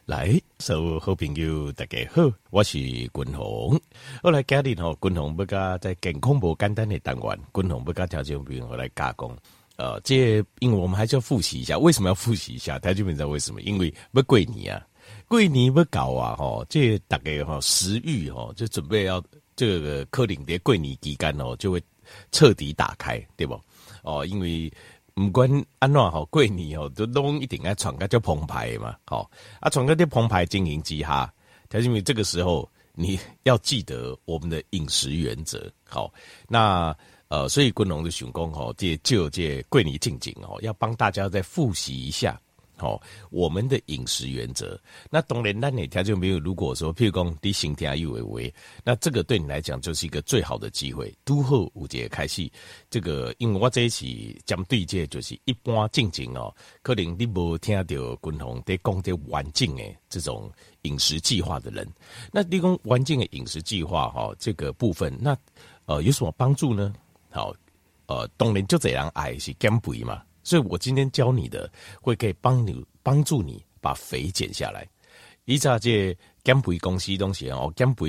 来，所有好朋友大家好，我是君鸿。后来今日君鸿要甲在健康无简单的单元，君鸿要甲条件朋友来加讲。因为我们还是要复习一下，为什么要复习一下？条件朋友知道为什么？因为要过年啊，过年要搞啊，这大概食欲就准备要这个可能在过年期间就会彻底打开，对不？因为不管安怎过年都拢一定要传个叫澎湃嘛，传个叫澎湃经营之下，条件朋友这个时候你要记得我们的饮食原则，那。所以君鸿的想讲这过年近景要帮大家再复习一下我们的饮食原则。那当然咱的条件没有，如果说譬如讲你身体有为，那这个对你来讲就是一个最好的机会。拄好有一个开始，这个因为我这一次针对这就是一般近景可能你无听到君鸿在讲这完整的这种饮食计划的人，那你讲完整的饮食计划这个部分，那有什么帮助呢？当然就这样爱是减肥嘛，所以我今天教你的会可以帮助你把肥减下来。以前这减肥公司东西减肥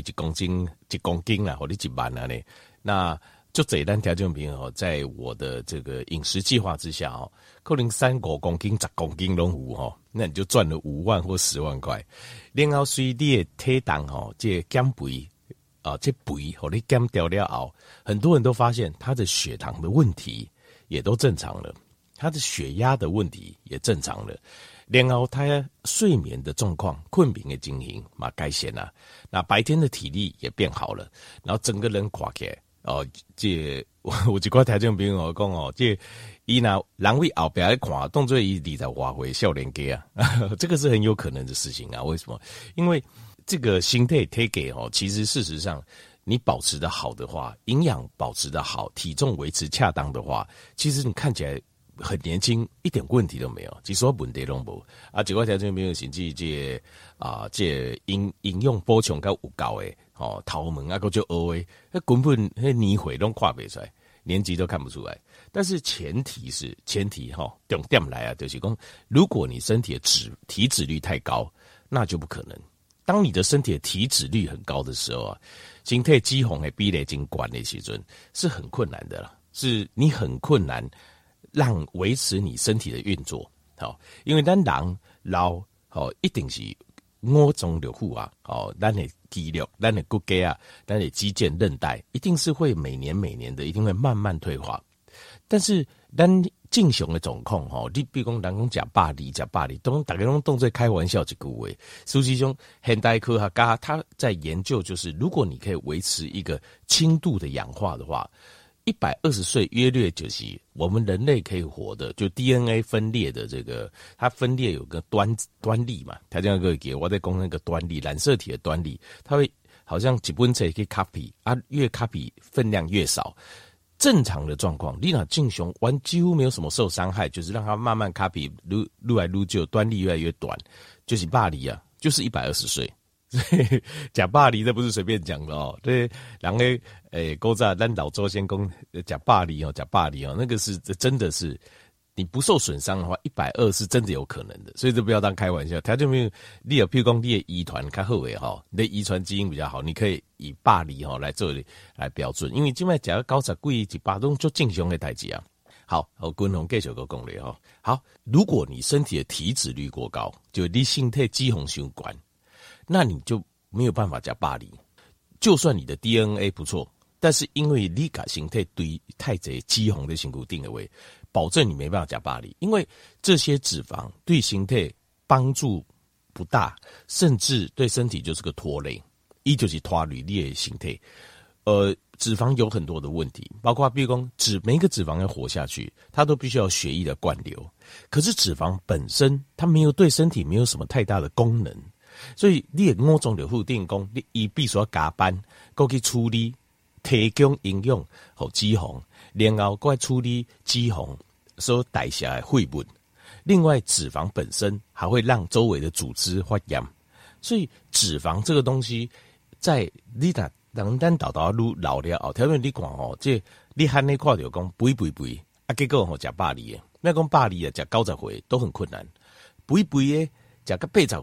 1公斤啦，或者1万啦呢，那就这单条件朋友在我的这个饮食计划之下可能3-5公斤、10公斤都有那你就赚了5万或10万块。然后随你的体重这减肥。这肥你减掉了后，很多人都发现他的血糖的问题也都正常了，他的血压的问题也正常了，然后他睡眠的状况、困眠的情形嘛改善了，那白天的体力也变好了，然后整个人垮起来这有一个条件朋友讲这伊那人为后边来看，动作以20多岁少年家这个是很有可能的事情啊。为什么？因为这个心态体给其实事实上你保持的好的话，营养保持的好，体重维持恰当的话，其实你看起来很年轻，一点问题都没有，其实问题都没啊。这个条件没有甚至这营养补充到有够的头毛还就黑的，那根本那年岁都看不出来，年纪都看不出来。但是前提重点来啊，就是说，如果你身体的体脂率太高，那就不可能。当你的身体的体脂率很高的时候啊，身体脂肪的比例真高的时候是很困难的啦，是你很困难让维持你身体的运作。因为咱人老一定是五脏六腑啊，咱的肌肉、咱的骨骼啊、咱的肌腱、韧带，一定是会每年的一定会慢慢退化。但是咱正常的状况你比如讲人讲吃百里大家都当作开玩笑一句话。实际上现代科学家他在研究，就是如果你可以维持一个轻度的氧化的话，120岁约略就是我们人类可以活的，就 DNA 分裂的这个，它分裂有个端粒嘛，它这样个给我在讲那个端粒，染色体的端粒，它会好像几本册可以 copy 越 copy 分量越少。正常的状况，你那进雄几乎没有什么受伤害，就是让它慢慢 copy 撸来撸就端粒越来越短，就是百里啊，就是120岁。讲百里这不是随便讲的对，然后古早咱老祖先讲讲百里那个是真的是你不受损伤的话，120是真的有可能的，所以这不要当开玩笑。条件没有，你有譬如讲你的遗传较好的你的遗传基因比较好，你可以以百里来做来标准，因为现在假如90几100都就正常的代志啊。好，君鸿继续个讲咧好，如果你身体的体脂率过高，就你身体脂肪太高，那你就没有办法加百里。就算你的 DNA 不错，但是因为你把身体对太多脂肪的身躯定的位，保证你没办法加百里，因为这些脂肪对身体帮助不大，甚至对身体就是个拖累，就是拖累你的身体。脂肪有很多的问题，包括比如说每一个脂肪要活下去，它都必须要血液的灌流。可是脂肪本身它没有对身体没有什么太大的功能，所以你的五脏六腑定功，你必须要加班，过去处理提供营养和脂肪，然后过来处理脂肪所代谢的废物。另外，脂肪本身还会让周围的组织发炎，所以脂肪这个东西，在你当咱老了后，条件你看这你喊你看到讲肥结果吃百里的，那讲百里啊，吃90岁都很困难，肥的吃个80岁，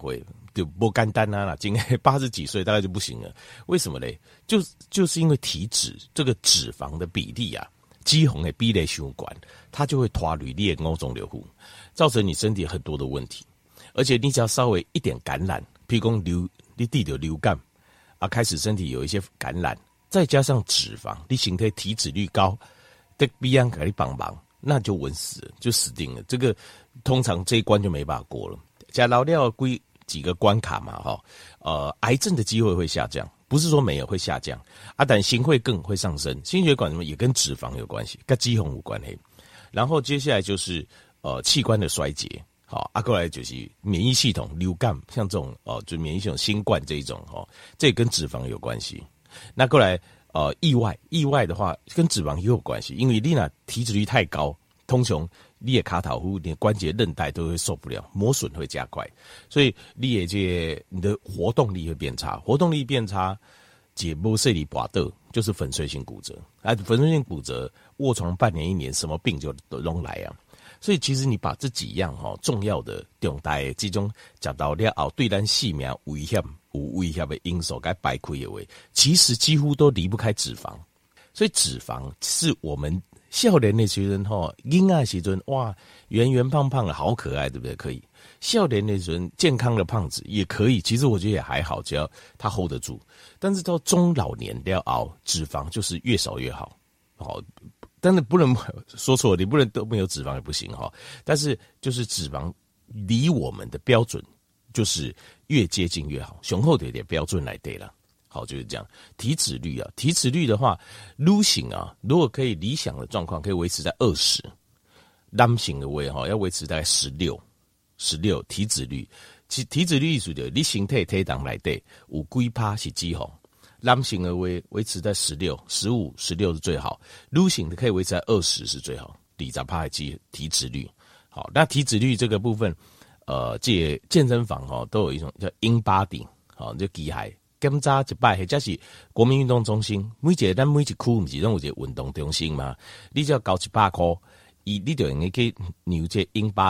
就不简单啦，今年80几岁大概就不行了。为什么嘞？就是因为体脂这个脂肪的比例啊，肌红的比例相关，它就会拖累你的五脏六腑，造成你身体很多的问题。而且你只要稍微一点感染，譬如讲你得了流感啊，开始身体有一些感染，再加上脂肪，你身体体脂率高，得必然给你帮忙，那就稳死了，就死定了。这个通常这一关就没办法过了。加老料归几个关卡嘛，癌症的机会会下降，不是说没有，会下降啊，但心会更会上升，心血管什么也跟脂肪有关系，跟肌红有关系。然后接下来就是器官的衰竭。好，过来就是免疫系统流感，像这种就免疫系统新冠这一种这也跟脂肪有关系。那过来意外的话跟脂肪也有关系，因为你那体脂率太高，通常你的卡塔夫、你的关节韧带都会受不了，磨损会加快，所以你的活动力会变差，活动力变差，解不碎里拔豆就是粉碎性骨折粉碎性骨折卧床半年1年，什么病就都来啊。所以其实你把这几样重要的重大的这种讲到了后，对咱性命有威胁的因素该排开的话，其实几乎都离不开脂肪。所以脂肪是我们少年的时阵婴儿时阵哇，圆圆胖胖的好可爱，对不对？可以。少年的时阵健康的胖子也可以，其实我觉得也还好，只要他 hold 得住。但是到中老年了后，脂肪就是越少越好。但是不能说错，你不能都没有脂肪也不行但是就是脂肪离我们的标准就是越接近越好，雄厚的一点标准来对了。好，就是这样。体脂率的话，女性如果可以理想的状况可以维持在20，男性的话要维持大概16体脂率。其体脂率意思就是你身体体重内底有几%是脂肪。男性的维持在16、15、16是最好，女性的可以维持在20是最好，20%的体脂率。好，那体脂率这个部分，这健身房都有一种叫 InBody， 就机械检查一摆，或者是国民运动中心，咱每一区不是拢有一个运动中心嘛？你只要交100块，你就应该去扭这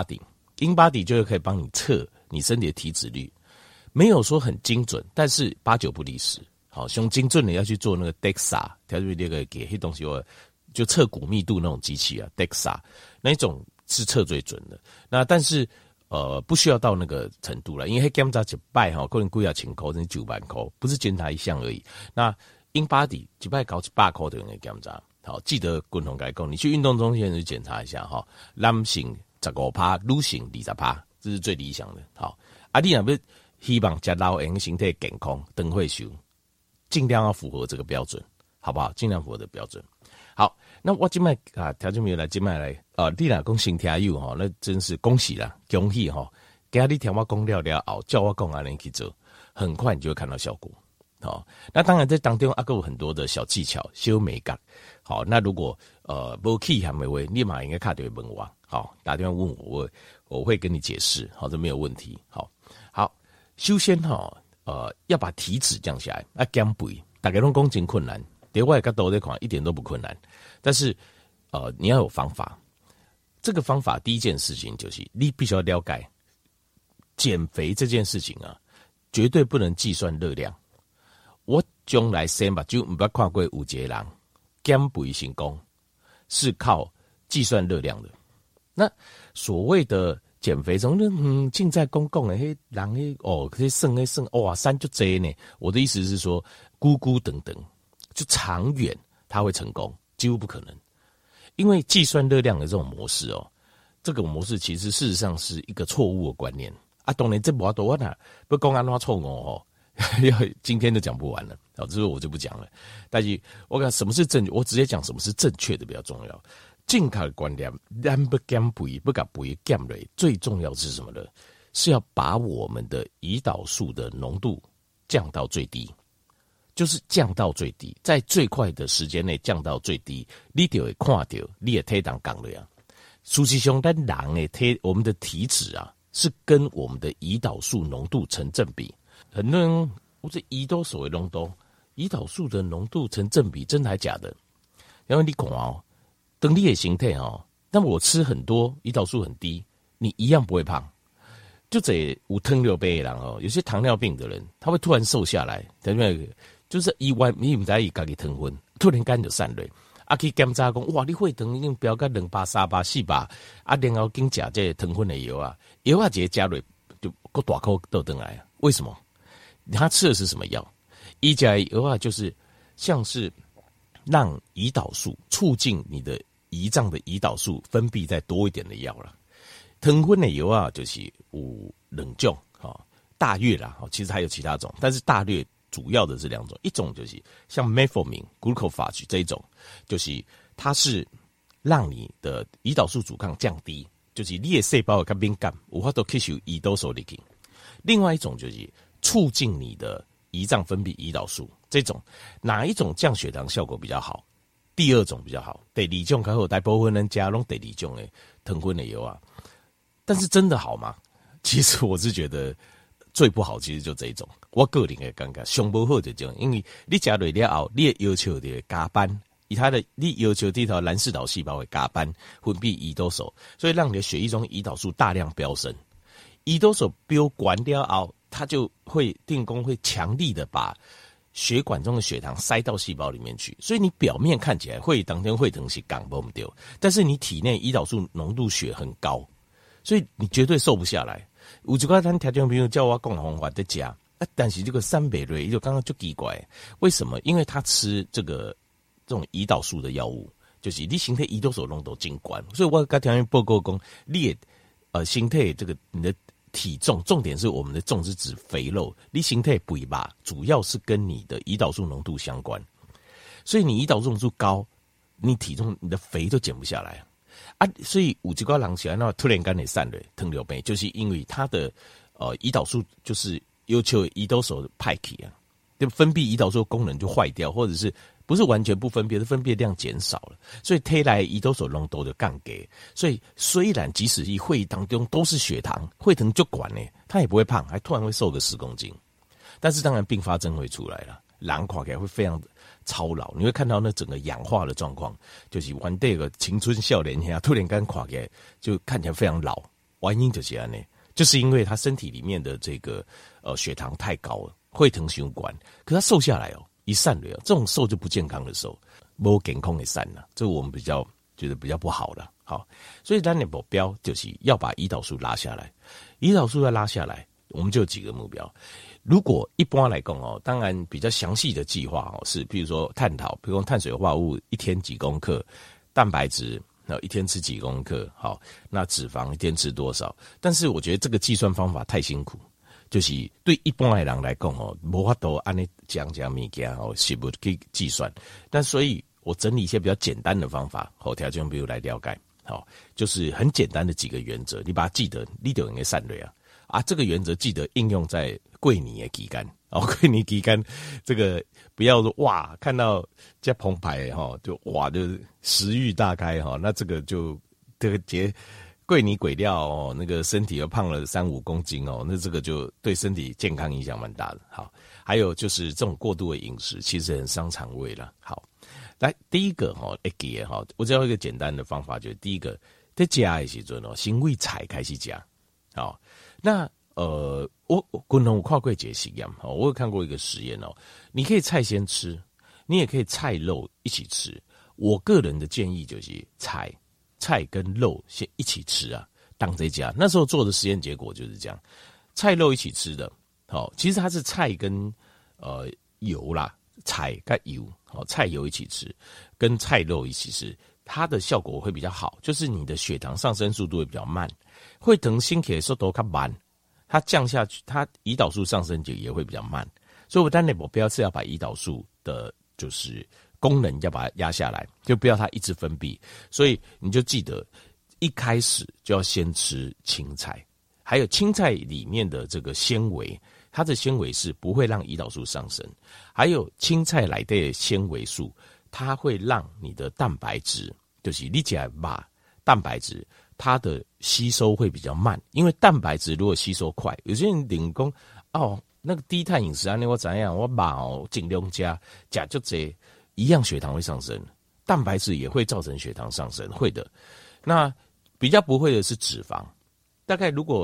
InBody 就可以帮你测你身体的体脂率，没有说很精准，但是8、9不离10。好，像精准的要去做那个 DEXA， 它就是那个给黑东西，就测骨密度那种机器DEXA 那一种是测最准的。那但是不需要到那个程度了，因为检查一摆可能贵要1000块甚至9万块，不是检查一项而已。那 InBody 一摆搞100块的人检查，好，记得共同改讲，你去运动中心去检查一下男性15%，女性20%，这是最理想的。好，你若要希望吃老人身体健康，长岁寿。尽量要符合这个标准，好不好？尽量符合的标准。好，那我今麦条件没有来，今麦来你若讲新听友那真是恭喜啦，恭喜今日听我讲了后，叫我讲安尼去做，很快你就会看到效果。好，那当然在当中还有很多的小技巧、小美感。好，那如果没气含的话，立马应该打电话问我，好，打电话问我会跟你解释，好，这没有问题。好，首先要把体脂降下来减肥，大家都讲真困难，在我的角度来看一点都不困难，但是你要有方法。这个方法第一件事情就是你必须要了解减肥这件事情绝对不能计算热量。我将来先把就不要看过有一个人减肥成功是靠计算热量的。那所谓的减肥中正在公共的人可以算哇3就多呢。我的意思是说咕咕等等，就长远它会成功几乎不可能，因为计算热量的这种模式这个模式其实事实上是一个错误的观念当然这不多我哪不讲安怎错误今天就讲不完了这个我就不讲了。但是我讲什么是正确，我直接讲什么是正确的比较重要。健康的观念，咱不减肥，不把肥减了，最重要是什么呢？是要把我们的胰岛素的浓度降到最低，就是降到最低，在最快的时间内降到最低，你就会看到你的体重降了呀。事实上，咱人的我们的体脂是跟我们的胰岛素浓度成正比。很多人我这胰岛素的浓度，胰岛素的浓度成正比，真的还假的？因为你看等你的形态那么我吃很多，胰岛素很低，你一样不会胖。 就这有糖尿病的人哦，有些糖尿病的人，他会突然瘦下来，等于就是意外，你唔知伊家己糖分突然间就散落，啊去检查讲，哇，你血糖已经飙到200、300、400，啊，然后经食这糖分的药啊，药啊直接加落就个大口倒转来啊，为什么？他吃的是什么药？一加药啊，就是像是让胰岛素促进你的胰脏的胰岛素分泌再多一点的药啦。糖分的药啊，就是有2种哈，大略啦，其实还有其他种，但是大略主要的是2种，一种就是像 metformin、glucophage 这一种，就是它是让你的胰岛素阻抗降低，就是你的细胞较敏感，有法度吸收胰岛素入去。另外一种就是促进你的胰脏分泌胰岛素，这种哪一种降血糖效果比较好？第2种比较好，第2种较好，大部分人加拢第2种的糖分的药啊。但是真的好吗？其实我是觉得最不好，其实就这一种。我个人的感觉，上不好就这种，因为你加落了后，你要求的加班，你要求这条蓝氏岛细胞会加班分泌胰岛素，所以让你的血液中胰岛素大量飙升。胰岛素飙管了后，它就会电工会强力的把血管中的血糖塞到细胞里面去，所以你表面看起来当天会疼是港不丢，但是你体内胰岛素浓度血很高。所以你绝对瘦不下来。有一个咱听众朋友叫我讲方法在家，但是这个300瑞就刚刚就奇怪，为什么？因为他吃这种胰岛素的药物，就是你身体胰岛素浓度真高，所以我刚听报告讲，你身体这个你的体重，重点是我们的重是指肥肉，你身体肥吧，主要是跟你的胰岛素浓度相关，所以你胰岛素浓度高，你体重你的肥都减不下来。啊，所以有一个人起来，那突然间会散了糖尿病，就是因为他的胰岛素就是要求胰岛素派去啊，就分泌胰岛素的功能就坏掉，或者是不是完全不分泌，是分泌量减少了，所以体内胰岛素浓度就降低。所以虽然即使会议当中都是血糖，会疼就管呢，他也不会胖，还突然会瘦个10公斤，但是当然并发症会出来了，人看起来会非常的操劳，你会看到那整个氧化的状况，就是完这个青春少年下突然间看起来就看起来非常老，原因就是这样呢，就是因为他身体里面的这个血糖太高了，会疼血管，可他瘦下来哦，一散了，这种瘦就不健康的瘦，没健康的散了，这我们觉得比较不好了。好，所以咱的目标就是要把胰岛素拉下来，胰岛素要拉下来，我们就有几个目标。如果一般来讲哦，当然比较详细的计划哦，是比如说探讨，比如说碳水化合物1天几公克，蛋白质1天吃几公克，好，那脂肪1天吃多少？但是我觉得这个计算方法太辛苦，就是对一般的人来讲哦，没法度按你讲物件哦，是不可以计算。但所以我整理一些比较简单的方法，好，条件比如来了解，好，就是很简单的几个原则，你把它记得，你就应该善类啊，这个原则记得应用在过年的期间哦，过年期间这个不要说哇，看到这澎湃哈，就哇就是食欲大开哈，那这个就这个过年鬼料哦，那个身体又胖了3-5公斤哦，那这个就对身体健康影响蛮大的。好，还有就是这种过度的饮食，其实很伤肠胃了。好，来第一个哈，我只要一个简单的方法，就是第一个在吃的时候哦，先为菜开始吃，好。那我滚筒我跨过一个实验，我有看过一个实验哦，你可以菜先吃，你也可以菜肉一起吃。我个人的建议就是菜跟肉先一起吃啊，当这家那时候做的实验结果就是这样，菜肉一起吃的，好，其实它是菜跟油啦，菜跟油，好，菜油一起吃，跟菜肉一起吃，它的效果会比较好，就是你的血糖上升速度会比较慢。会疼心起来速度较慢，它降下去，它胰岛素上升也会比较慢，所以我当然目标是要把胰岛素的就是功能要把它压下来，就不要它一直分泌。所以你就记得一开始就要先吃青菜，还有青菜里面的这个纤维，它的纤维是不会让胰岛素上升，还有青菜来的纤维素，它会让你的蛋白质，就是你吃把蛋白质。它的吸收会比较慢，因为蛋白质如果吸收快，有些人领工哦，那个低碳饮食我怎样，我把尽量加就这一样，血糖会上升，蛋白质也会造成血糖上升，会的。那比较不会的是脂肪，大概如果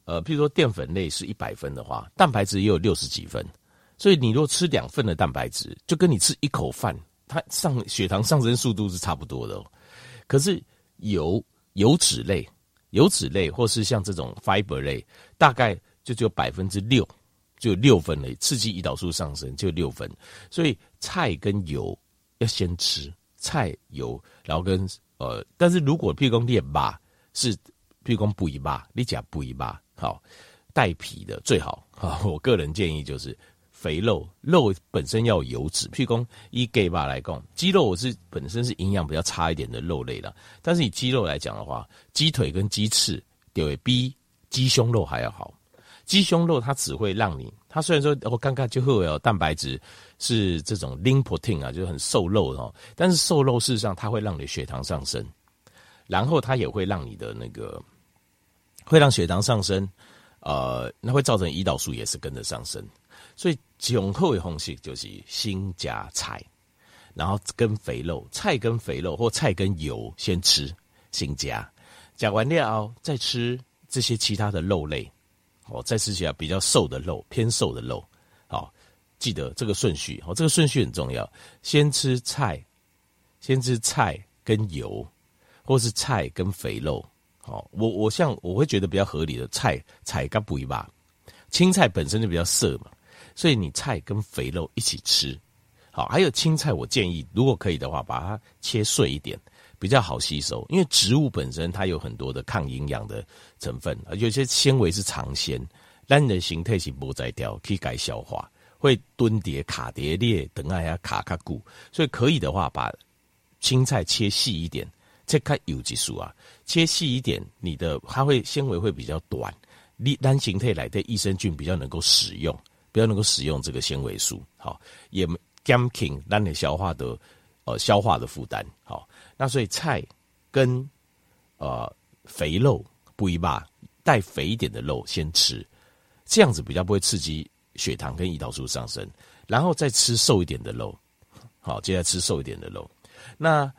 譬如说淀粉类是100分的话，蛋白质也有60几分，所以你若吃2份的蛋白质，就跟你吃1口饭，它血糖上升速度是差不多的哦。可是油脂类或是像这种 fiber 类，大概就只有6%，就6分了，刺激胰岛素上升就6分。所以菜跟油要先吃，菜油，然后跟但是如果譬如说你的肉是譬如说肥肉，你吃肥肉好带皮的最好。好，我个人建议就是肥肉本身要有油脂，譬如说以鸡肉来讲，鸡肉本身是营养比较差一点的肉类啦，但是以鸡肉来讲的话，鸡腿跟鸡翅就会比鸡胸肉还要好。鸡胸肉它只会让你，它虽然说刚刚就会有蛋白质是这种 lean protein 啊，就是很瘦肉哦，但是瘦肉事实上它会让你血糖上升，然后它也会让你的会让血糖上升，那会造成胰岛素也是跟着上升。所以最好的方式就是先加菜，然后跟肥肉，菜跟肥肉或菜跟油先吃，先加完了后再吃这些其他的肉类，再吃起来比较瘦的肉，偏瘦的肉。好，记得这个顺序，这个顺序很重要。先吃菜跟油，或是菜跟肥肉。好，我会觉得比较合理的菜跟肥肉，青菜本身就比较涩嘛。所以你菜跟肥肉一起吃，好，还有青菜，我建议如果可以的话，把它切碎一点，比较好吸收。因为植物本身它有很多的抗营养的成分，有些纤维是长纤，但你的形态是不在掉，可以改消化，会蹲叠、卡叠裂等下要卡固。所以可以的话，把青菜切细一点，这看有技术啊，切细一点，它会纤维会比较短，咱形态来的益生菌比较能够使用这个纤维素，好，也减轻咱的消化的负担，好，那所以菜跟肥肉肥肉带肥一点的肉先吃，这样子比较不会刺激血糖跟胰岛素上升，然后再吃瘦一点的肉，好，接下来吃瘦一点的肉。那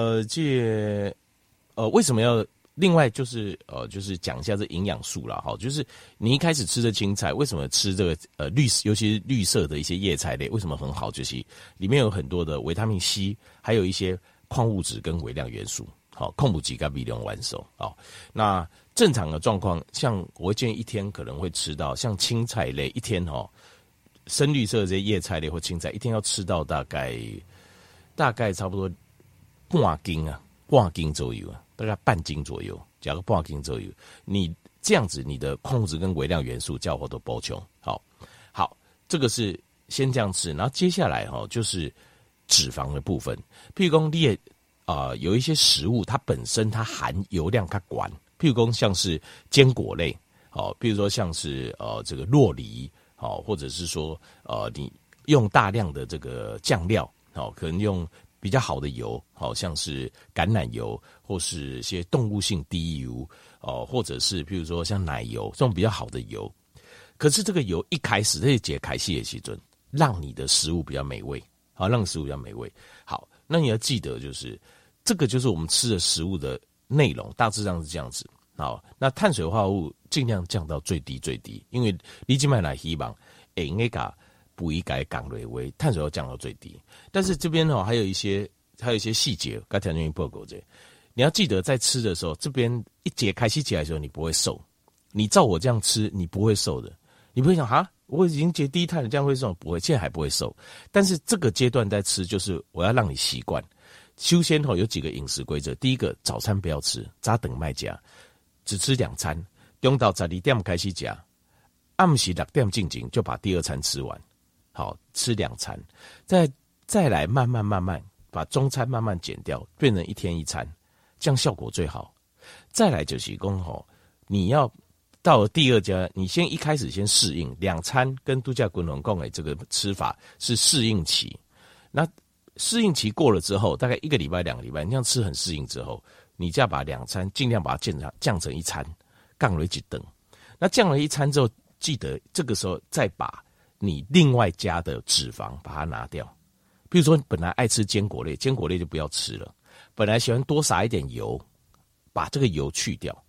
为什么要？另外就是讲一下这营养素啦，哈，就是你一开始吃的青菜，为什么吃这个尤其是绿色的一些叶菜类，为什么很好？就是里面有很多的维他命 C， 还有一些矿物质跟微量元素，好，控补几个微量元素，好，那正常的状况，像我会建议一天可能会吃到像青菜类，一天深绿色的这些叶菜类或青菜，一天要吃到大概差不多半斤左右啊。大概半斤左右，加个半斤左右，你这样子，你的矿物质跟微量元素较好的补充。好，这个是先这样吃，然后接下来就是脂肪的部分。譬如说你也有一些食物，它本身它含油量较高，譬如说像是坚果类，譬如说像是这个酪梨，或者是说你用大量的这个酱料，可能用比较好的油，好像是橄榄油，或是一些动物性低油，或者是譬如说像奶油这种比较好的油。可是这个油一开始这解开细的时阵，让你的食物比较美味，好，让食物比较美味。好，那你要记得就是这个就是我们吃的食物的内容，大致上是这样子。好，那碳水化合物尽量降到最低，因为你今麦来希望应该不应该降落为碳水要降到最低，但是这边还有一些细节，该条件报告这，你要记得在吃的时候，这边一解开始起来的时候，你不会瘦，你照我这样吃，你不会瘦的，你不会想哈，我已经节低碳了，这样会瘦？不会，现在还不会瘦，但是这个阶段在吃，就是我要让你习惯。修仙有几个饮食规则，第一个早餐不要吃，早顿卖吃，只吃2餐，中到12点开始吃，暗时6点进行就把第2餐吃完。好，吃2餐，再来慢慢把中餐慢慢减掉，变成1天1餐，这样效果最好。再来就是说你要到了第2家，你一开始先适应2餐，跟度假滚龙讲的这个吃法是适应期。那适应期过了之后，大概1个礼拜2个礼拜，你这样吃很适应之后，你再把2餐尽量把它降成1餐，降了一等。那降了1餐之后，记得这个时候再把你另外加的脂肪把它拿掉。比如说本来爱吃坚果类就不要吃了，本来喜欢多撒一点油，把这个油去掉，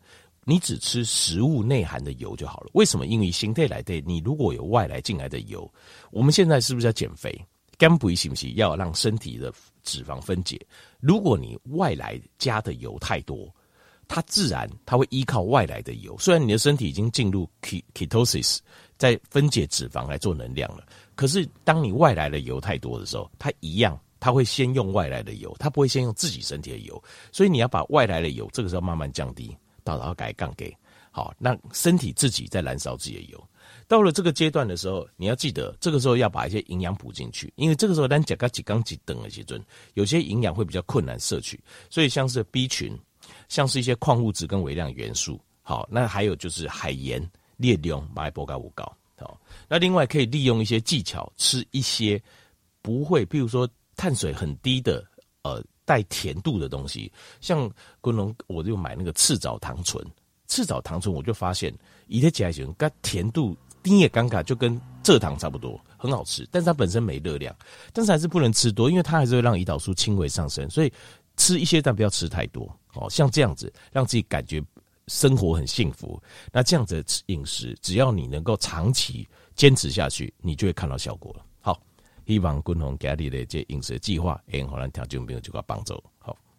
你只吃食物内含的油就好了。为什么？因为形态来的，你如果有外来进来的油，我们现在是不是要减肥？干不是不是要让身体的脂肪分解？如果你外来加的油太多，它自然它会依靠外来的油。虽然你的身体已经进入 ketosis， 在分解脂肪来做能量了，可是当你外来的油太多的时候，它一样，它会先用外来的油，它不会先用自己身体的油。所以你要把外来的油，这个时候慢慢降低，到然后改杠给好，让身体自己在燃烧自己的油。到了这个阶段的时候，你要记得，这个时候要把一些营养补进去，因为这个时候咱吃到几缸几等的时阵，有些营养会比较困难摄取，所以像是 B 群，像是一些矿物质跟微量元素，好，那还有就是海盐、列用马来波高五高，好，那另外可以利用一些技巧，吃一些不会，譬如说碳水很低的，带甜度的东西，像昆龙我就买那个赤藻糖醇，我就发现，以它起来时候，它甜度低也尴尬，就跟蔗糖差不多，很好吃，但是它本身没热量，但是还是不能吃多，因为它还是会让胰岛素轻微上升，所以吃一些但不要吃太多哦。像这样子，让自己感觉生活很幸福，那这样子的饮食，只要你能够长期坚持下去，你就会看到效果了。好，希望君宏家里的这饮食计划，能让咱听众朋友就个帮助。好。